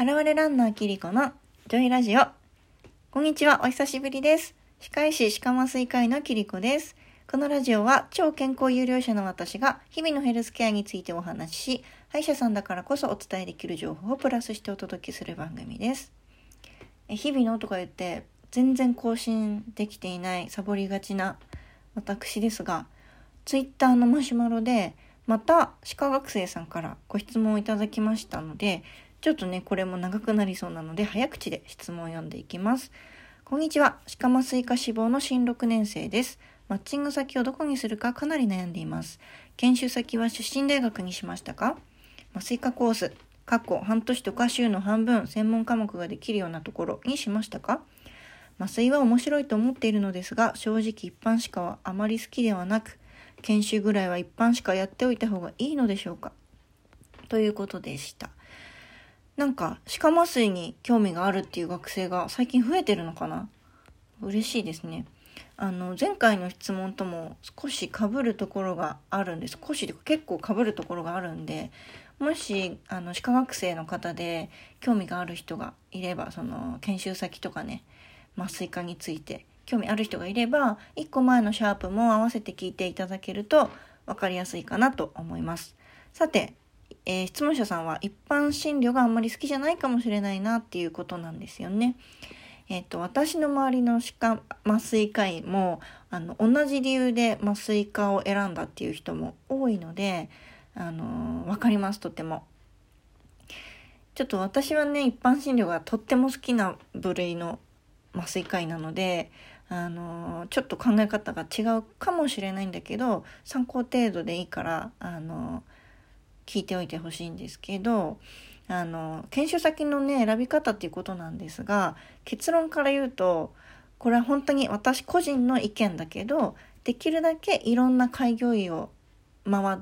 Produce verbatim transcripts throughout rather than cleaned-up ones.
現れランナーキリコのジョイラジオ。こんにちは、お久しぶりです。歯科医師歯科麻酔科医のキリコです。このラジオは超健康有料者の私が日々のヘルスケアについてお話しし、歯医者さんだからこそお伝えできる情報をプラスしてお届けする番組です。え日々のとか言って全然更新できていないサボりがちな私ですが、ツイッターのマシュマロでまた歯科学生さんからご質問をいただきましたので、ちょっとねこれも長くなりそうなので早口で質問を読んでいきます。こんにちは、歯科麻酔科志望の新ろくねん生です。マッチング先をどこにするかかなり悩んでいます。研修先は出身大学にしましたか？麻酔科コース過去半年とか週の半分専門科目ができるようなところにしましたか？麻酔は面白いと思っているのですが、正直一般歯科はあまり好きではなく、研修ぐらいは一般歯科やっておいた方がいいのでしょうか、ということでした。なんか歯科麻酔に興味があるっていう学生が最近増えてるのかな。嬉しいですね。あの前回の質問とも少し被るところがあるんで、少しで結構被るところがあるんで、もしあの歯科学生の方で興味がある人がいれば、その研修先とかね、麻酔科について興味ある人がいれば、いっこまえのシャープも合わせて聞いていただけると分かりやすいかなと思います。さて、えー、質問者さんは一般診療があんまり好きじゃないかもしれないなっていうことなんですよね。えっと、私の周りの歯科麻酔科医もあの同じ理由で麻酔科を選んだっていう人も多いので、あのー、分かります。とてもちょっと私はね、一般診療がとっても好きな部類の麻酔科医なので、あのー、ちょっと考え方が違うかもしれないんだけど、参考程度でいいから、あのー、聞いておいてほしいんですけど、あの研修先のね選び方っていうことなんですが、結論から言うと、これは本当に私個人の意見だけど、できるだけいろんな開業医を回って、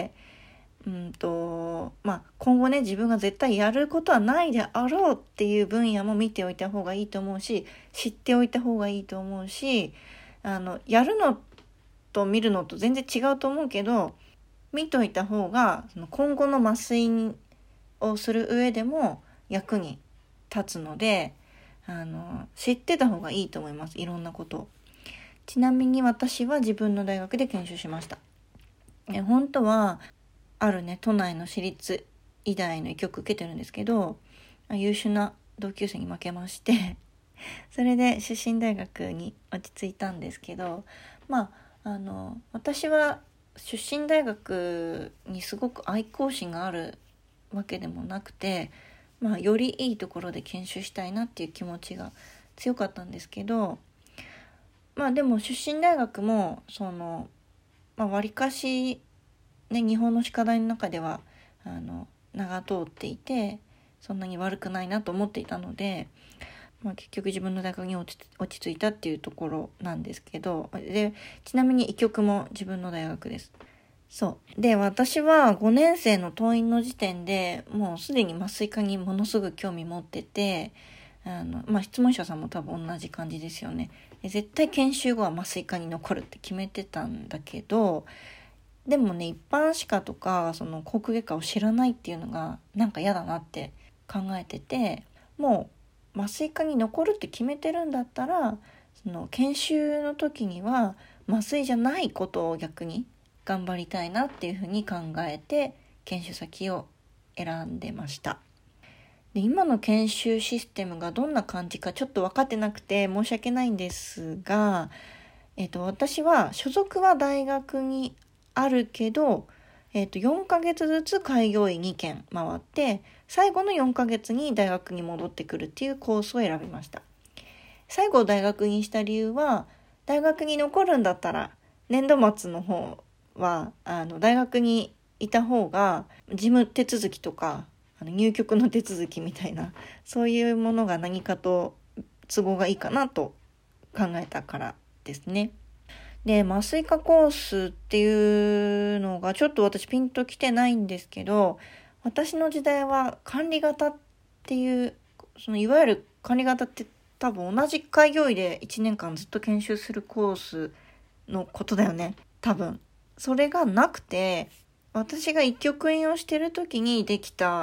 うんとまあ、今後ね自分が絶対やることはないであろうっていう分野も見ておいた方がいいと思うし、知っておいた方がいいと思うし、あのやるのと見るのと全然違うと思うけど、見といた方がその今後の麻酔をする上でも役に立つので、あの知ってた方がいいと思います、いろんなことを。ちなみに私は自分の大学で研修しました。え本当はあるね都内の私立医大の医局受けてるんですけど、優秀な同級生に負けましてそれで出身大学に落ち着いたんですけど、まああの私は出身大学にすごく愛好心があるわけでもなくて、まあ、よりいいところで研修したいなっていう気持ちが強かったんですけど、まあでも出身大学もその、まあ、割かし、ね、日本の歯科大の中ではあの名が通っていて、そんなに悪くないなと思っていたので、まあ、結局自分の大学に落ち、落ち着いたっていうところなんですけど、でちなみに医局も自分の大学です。そうで、私はごねん生の登院の時点でもうすでに麻酔科にものすごく興味持ってて、あの、まあ、質問者さんも多分同じ感じですよね。で絶対研修後は麻酔科に残るって決めてたんだけど、でもね、一般歯科とかその口腔外科を知らないっていうのがなんか嫌だなって考えてて、もう麻酔科に残るって決めてるんだったら、その研修の時には麻酔じゃないことを逆に頑張りたいなっていうふうに考えて研修先を選んでました。で今の研修システムがどんな感じかちょっと分かってなくて申し訳ないんですが、えっと、私は所属は大学にあるけど、えっと、よんかげつずつ開業医にけん回って、最後のよんかげつに大学に戻ってくるっていうコースを選びました。最後を大学にした理由は、大学に残るんだったら年度末の方はあの大学にいた方が事務手続きとかあの入局の手続きみたいな、そういうものが何かと都合がいいかなと考えたからですね。で麻酔科コースっていうのがちょっと私ピンときてないんですけど、私の時代は管理型っていう、そのいわゆる管理型って多分同じ開業医でいちねんかんずっと研修するコースのことだよね、多分。それがなくて、私が医局員をしてる時にできた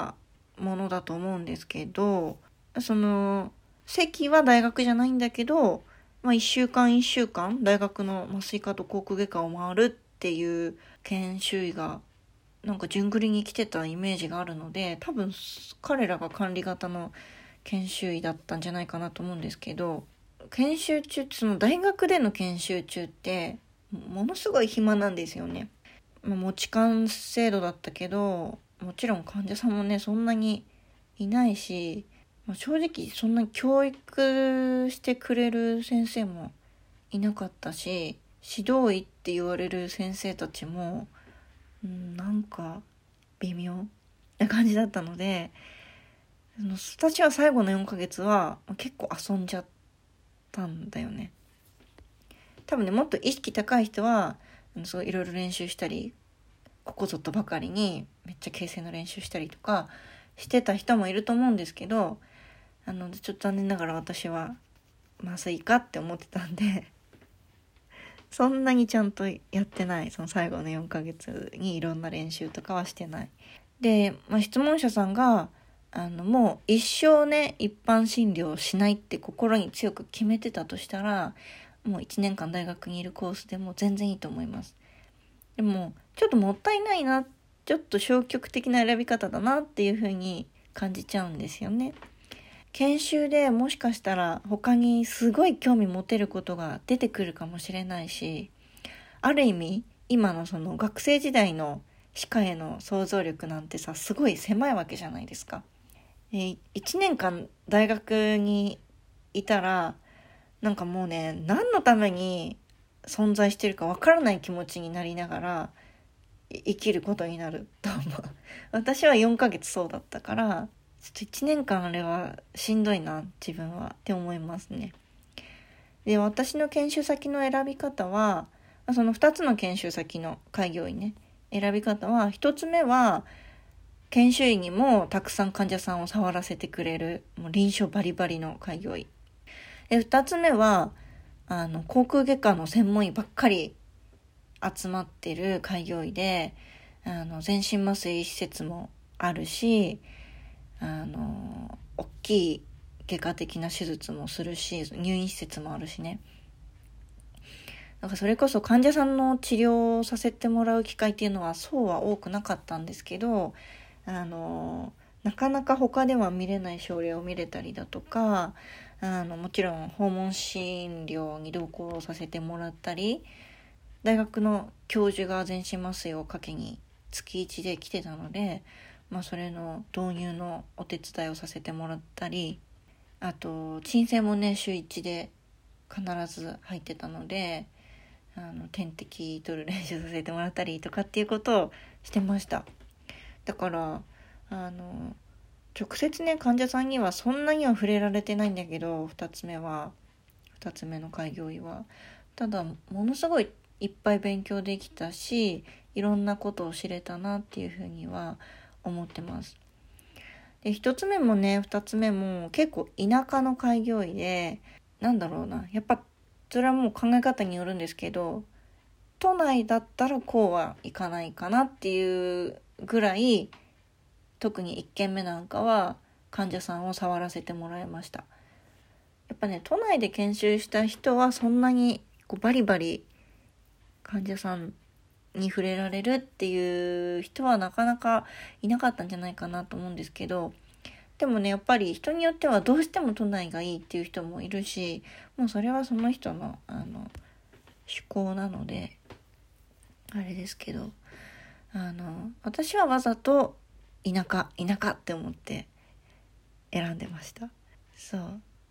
ものだと思うんですけど、その席は大学じゃないんだけど、まあ、いっしゅうかんいっしゅうかん大学の麻酔科と口腔外科を回るっていう研修医がなんか順繰りに来てたイメージがあるので、多分彼らが管理型の研修医だったんじゃないかなと思うんですけど、研修中ってその大学での研修中ってものすごい暇なんですよね。まあ、持ち間制度だったけど、もちろん患者さんもねそんなにいないし、まあ、正直そんなに教育してくれる先生もいなかったし、指導医って言われる先生たちも、うん、なんか微妙な感じだったので、私は最後のよんかげつは結構遊んじゃったんだよね。多分ね、もっと意識高い人はそういろいろ練習したり、ここぞとばかりにめっちゃ形成の練習したりとかしてた人もいると思うんですけど、あのちょっと残念ながら私は麻酔科って思ってたんでそんなにちゃんとやってない。その最後のよんかげつにいろんな練習とかはしてない。で、まあ、質問者さんがあのもう一生ね一般診療しないって心に強く決めてたとしたら、もういちねんかん大学にいるコースでも全然いいと思います。でもちょっともったいないな、ちょっと消極的な選び方だなっていう風に感じちゃうんですよね。研修でもしかしたら他にすごい興味持てることが出てくるかもしれないし、ある意味今のその学生時代の歯科への想像力なんてさ、すごい狭いわけじゃないですか。えー、いちねんかん大学にいたらなんかもうね、何のために存在してるかわからない気持ちになりながら生きることになると思う。私はよんかげつそうだったから、ちょっといちねんかんあれはしんどいな自分はって思いますね。で、私の研修先の選び方は、そのふたつの研修先の開業医ね、選び方は、ひとつめは研修医にもたくさん患者さんを触らせてくれるもう臨床バリバリの開業医で、ふたつめはあの口腔外科の専門医ばっかり集まってる開業医で、あの全身麻酔施設もあるし、あの大きい外科的な手術もするし、入院施設もあるしね。なんかそれこそ患者さんの治療をさせてもらう機会っていうのはそうは多くなかったんですけど、あのなかなか他では見れない症例を見れたりだとか、あのもちろん訪問診療に同行させてもらったり、大学の教授が全身麻酔をかけに月いちで来てたので、まあ、それの導入のお手伝いをさせてもらったり、あと鎮静もね週いちで必ず入ってたので、あの点滴取る練習させてもらったりとかっていうことをしてました。だからあの直接ね患者さんにはそんなには触れられてないんだけど、ふたつめはふたつめの開業医はただものすごいいっぱい勉強できたし、いろんなことを知れたなっていうふうには思ってます。で、ひとつめもねふたつめも結構田舎の開業医で、なんだろうな、やっぱそれはもう考え方によるんですけど、都内だったらこうはいかないかなっていうぐらい、特にいっけんめなんかは患者さんを触らせてもらいました。やっぱね、都内で研修した人はそんなにこうバリバリ患者さんに触れられるっていう人はなかなかいなかったんじゃないかなと思うんですけど、でもねやっぱり人によってはどうしても都内がいいっていう人もいるし、もうそれはその人のあの趣向なのであれですけど、あの私はわざと田舎田舎って思って選んでました。そう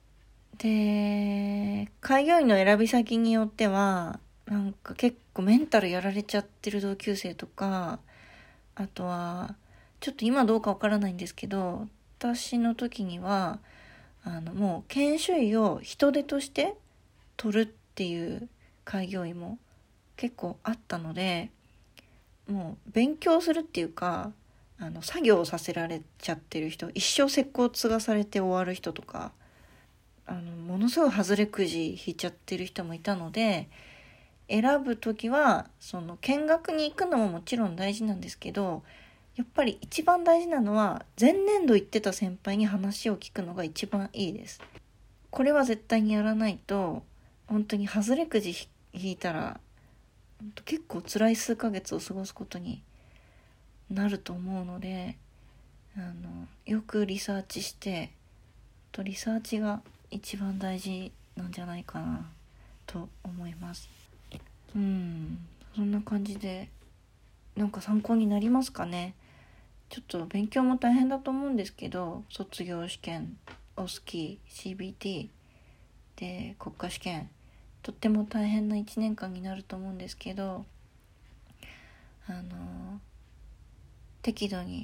で、開業医の選び先によってはなんか結構メンタルやられちゃってる同級生とか、あとはちょっと今どうかわからないんですけど、私の時にはあのもう研修医を人手として取るっていう開業医も結構あったので、もう勉強するっていうかあの作業をさせられちゃってる人、一生石膏継がされて終わる人とか、あのものすごい外れくじ引いちゃってる人もいたので、選ぶときはその見学に行くのももちろん大事なんですけど、 やっぱり一番大事なのは前年度行ってた先輩に話を聞くのが一番いいです。これは絶対にやらないと、本当に外れくじ引いたら結構辛い数ヶ月を過ごすことになると思うので、あのよくリサーチして、とリサーチが一番大事なんじゃないかなと思います。うん、そんな感じでなんか参考になりますかね。ちょっと勉強も大変だと思うんですけど、卒業試験、オスキー、シービーティー で国家試験、とっても大変ないちねんかんになると思うんですけど、あの適度に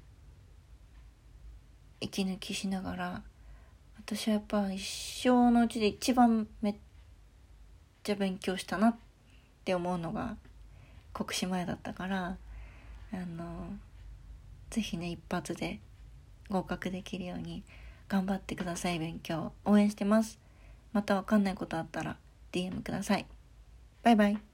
息抜きしながら、私はやっぱ一生のうちで一番めっちゃ勉強したなって思うのが国試前だったから、あのぜひね一発で合格できるように頑張ってください。勉強応援してます。またわかんないことあったら ディーエム ください。バイバイ。